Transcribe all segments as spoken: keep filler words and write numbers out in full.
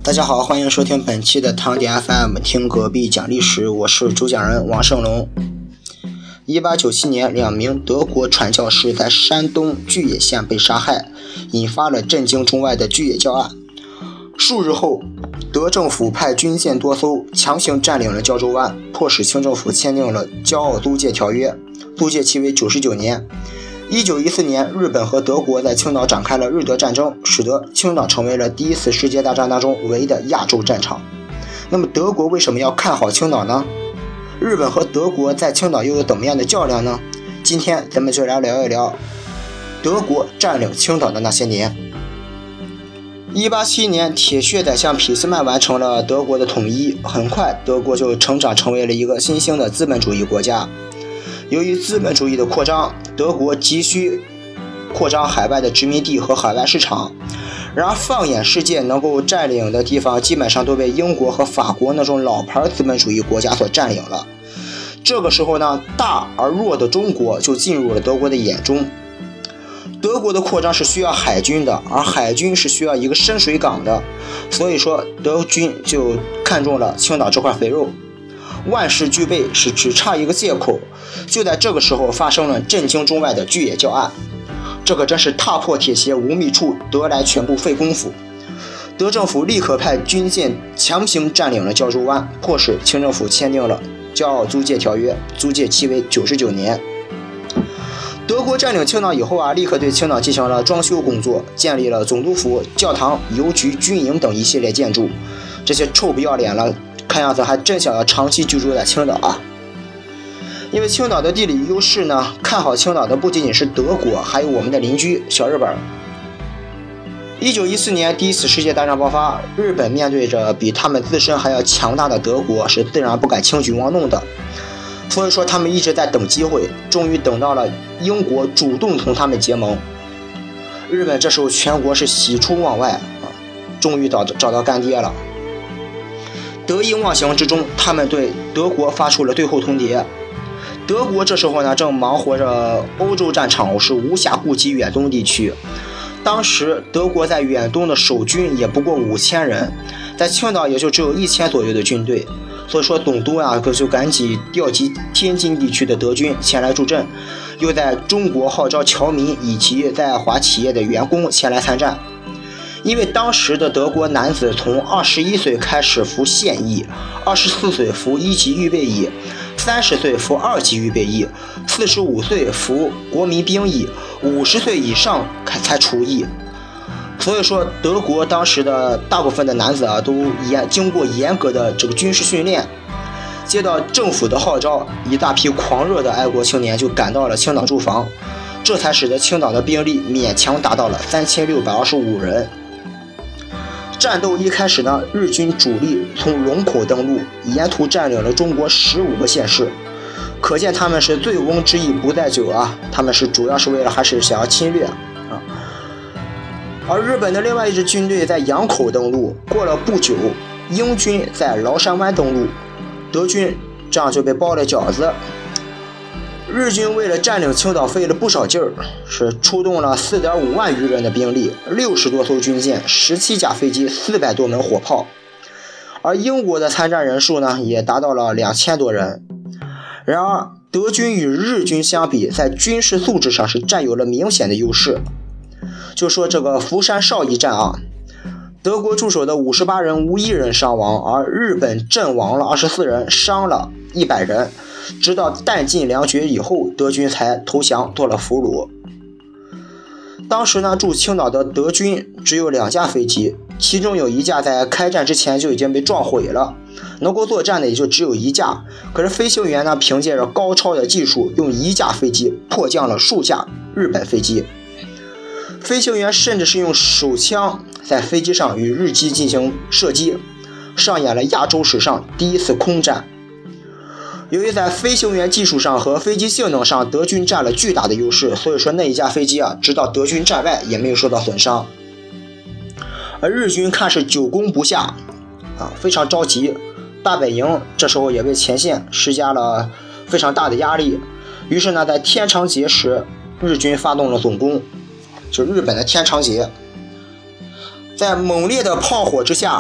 大家好，欢迎收听本期的汤点 F M， 听隔壁讲历史，我是主讲人王胜龙。一八九七年，两名德国传教士在山东巨野县被杀害，引发了震惊中外的巨野教案。数日后，德政府派军舰多艘，强行占领了胶州湾，迫使清政府签订了《骄傲租界条约》，租界期为九十九年。一九一四年，日本和德国在青岛展开了日德战争，使得青岛成为了第一次世界大战当中唯一的亚洲战场。那么德国为什么要看好青岛呢？日本和德国在青岛又有怎么样的较量呢？今天咱们就来聊一聊德国占领青岛的那些年。一八七一年，铁血宰相俾斯麦完成了德国的统一，很快德国就成长成为了一个新兴的资本主义国家。由于资本主义的扩张，德国急需扩张海外的殖民地和海外市场。然而放眼世界，能够占领的地方基本上都被英国和法国那种老牌资本主义国家所占领了。这个时候呢，大而弱的中国就进入了德国的眼中。德国的扩张是需要海军的，而海军是需要一个深水港的，所以说德军就看中了青岛这块肥肉。万事俱备，是只差一个借口。就在这个时候发生了震惊中外的巨野教案，这可真是踏破铁鞋无觅处，得来全不费工夫。德政府立刻派军舰强行占领了胶州湾，迫使清政府签订了骄傲租界条约，租界期为九十九年。德国占领青岛以后啊，立刻对青岛进行了装修工作，建立了总督府、教堂、邮局、军营等一系列建筑。这些臭不要脸了，看样子还真想要长期居住在青岛啊！因为青岛的地理优势呢，看好青岛的不仅仅是德国，还有我们的邻居小日本。一九一四年，第一次世界大战爆发，日本面对着比他们自身还要强大的德国，是自然不敢轻举妄动的。所以说他们一直在等机会，终于等到了英国主动同他们结盟。日本这时候全国是喜出望外啊，终于找找到干爹了。得意忘形之中，他们对德国发出了最后通牒。德国这时候呢，正忙活着欧洲战场，是无暇顾及远东地区。当时德国在远东的守军也不过五千人，在青岛也就只有一千左右的军队。所以说总督啊，就赶紧调集天津地区的德军前来助阵，又在中国号召侨民以及在华企业的员工前来参战。因为当时的德国男子从二十一岁开始服现役，二十四岁服一级预备役，三十岁服二级预备役，四十五岁服国民兵役，五十岁以上才除役。所以说德国当时的大部分的男子啊，都严经过严格的这个军事训练。接到政府的号召，一大批狂热的爱国青年就赶到了青岛驻防，这才使得青岛的兵力勉强达到了三千六百二十五人。战斗一开始呢，日军主力从龙口登陆，沿途占领了中国十五个县市，可见他们是醉翁之意不在酒啊，他们是主要是为了还是想要侵略啊。而日本的另外一支军队在洋口登陆，过了不久，英军在崂山湾登陆，德军这样就被包了饺子。日军为了占领青岛费了不少劲儿，是出动了 四点五万余人的兵力，六十多艘军舰，十七架飞机，四百多门火炮。而英国的参战人数呢，也达到了两千多人。然而德军与日军相比，在军事素质上是占有了明显的优势。就说这个福山哨一战啊，德国驻守的五十八人无一人伤亡，而日本阵亡了二十四人，伤了一百人。直到弹尽粮绝以后，德军才投降做了俘虏。当时呢，驻青岛的德军只有两架飞机，其中有一架在开战之前就已经被撞毁了，能够作战的也就只有一架。可是飞行员呢，凭借着高超的技术，用一架飞机迫降了数架日本飞机。飞行员甚至是用手枪在飞机上与日机进行射击，上演了亚洲史上第一次空战。由于在飞行员技术上和飞机性能上德军占了巨大的优势，所以说那一架飞机啊，直到德军战败也没有受到损伤。而日军看是久攻不下啊，非常着急，大本营这时候也为前线施加了非常大的压力。于是呢，在天长节时，日军发动了总攻，就是日本的天长节。在猛烈的炮火之下，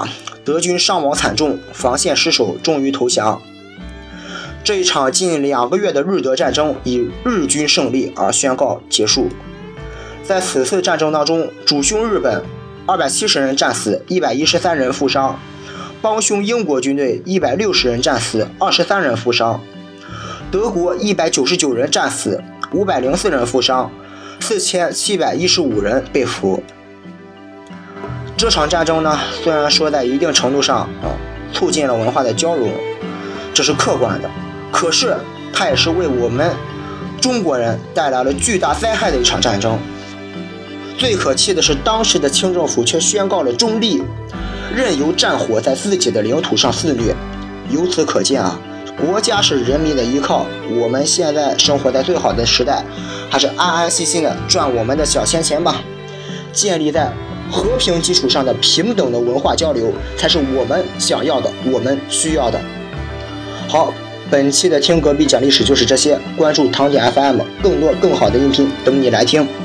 德军伤亡惨重，防线失守，终于投降。这一场近两个月的日德战争以日军胜利而宣告结束。在此次战争当中，主凶日本二百七十人战死，一百一十三人负伤；帮凶英国军队一百六十人战死，二十三人负伤；德国一百九十九人战死，五百零四人负伤，四千七百一十五人被俘。这场战争呢，虽然说在一定程度上啊促进了文化的交融，这是客观的，可是它也是为我们中国人带来了巨大灾害的一场战争。最可气的是，当时的清政府却宣告了中立，任由战火在自己的领土上肆虐。由此可见啊，国家是人民的依靠。我们现在生活在最好的时代，还是安安心心的赚我们的小闲钱吧。建立在和平基础上的平等的文化交流，才是我们想要的，我们需要的。好，本期的听隔壁讲历史就是这些。关注唐点 F M， 更多更好的音频等你来听。